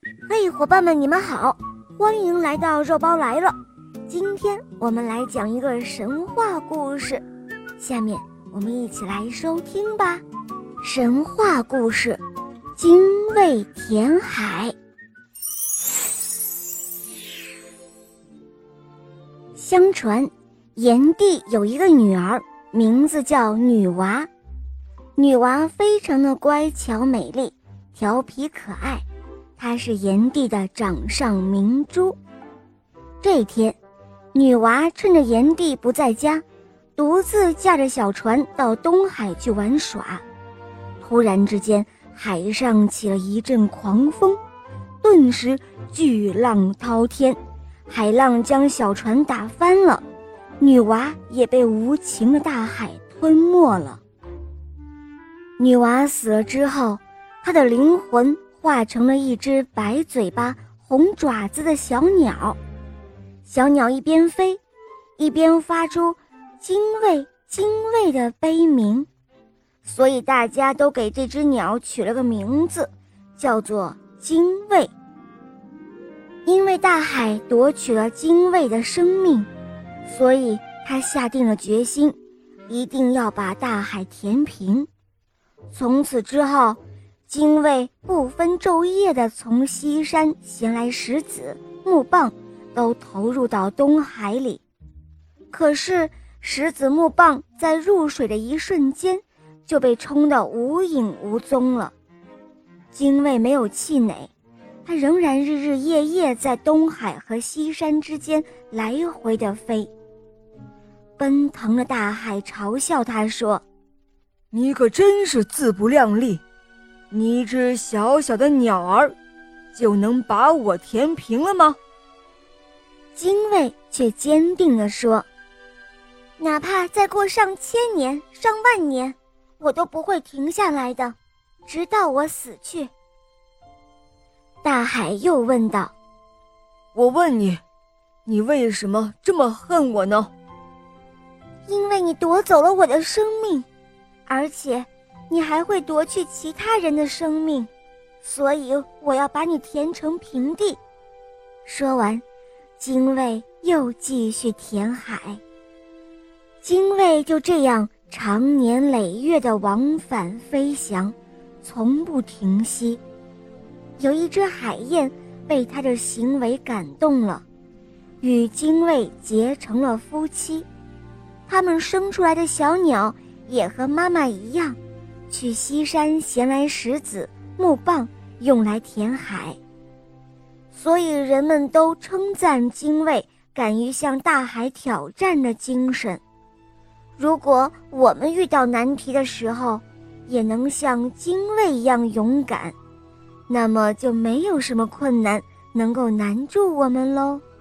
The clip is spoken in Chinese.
嘿，伙伴们，你们好，欢迎来到肉包来了。今天我们来讲一个神话故事，下面我们一起来收听吧。神话故事：精卫填海。相传，炎帝有一个女儿，名字叫女娃。女娃非常的乖巧美丽，调皮可爱，她是炎帝的掌上明珠。这一天，女娃趁着炎帝不在家，独自驾着小船到东海去玩耍。突然之间，海上起了一阵狂风，顿时巨浪滔天，海浪将小船打翻了，女娃也被无情的大海吞没了。女娃死了之后，她的灵魂化成了一只白嘴巴红爪子的小鸟，小鸟一边飞一边发出精卫精卫的悲鸣，所以大家都给这只鸟取了个名字，叫做精卫。因为大海夺取了精卫的生命，所以他下定了决心，一定要把大海填平。从此之后，精卫不分昼夜地从西山衔来石子、木棒，都投入到东海里。可是石子木棒在入水的一瞬间就被冲得无影无踪了。精卫没有气馁，他仍然日日夜夜在东海和西山之间来回地飞。奔腾的大海嘲笑他说： 你可真是自不量力，你一只小小的鸟儿就能把我填平了吗？ 精卫却坚定地说：哪怕再过上千年上万年，我都不会停下来的，直到我死去。大海又问道： 我问你，你为什么这么恨我呢？ 因为你夺走了我的生命，而且你还会夺去其他人的生命，所以我要把你填成平地。说完，精卫又继续填海。精卫就这样长年累月地往返飞翔，从不停息。有一只海燕被他的行为感动了，与精卫结成了夫妻。他们生出来的小鸟也和妈妈一样，去西山衔来石子、木棒，用来填海。所以人们都称赞精卫敢于向大海挑战的精神。如果我们遇到难题的时候，也能像精卫一样勇敢，那么就没有什么困难能够难住我们喽。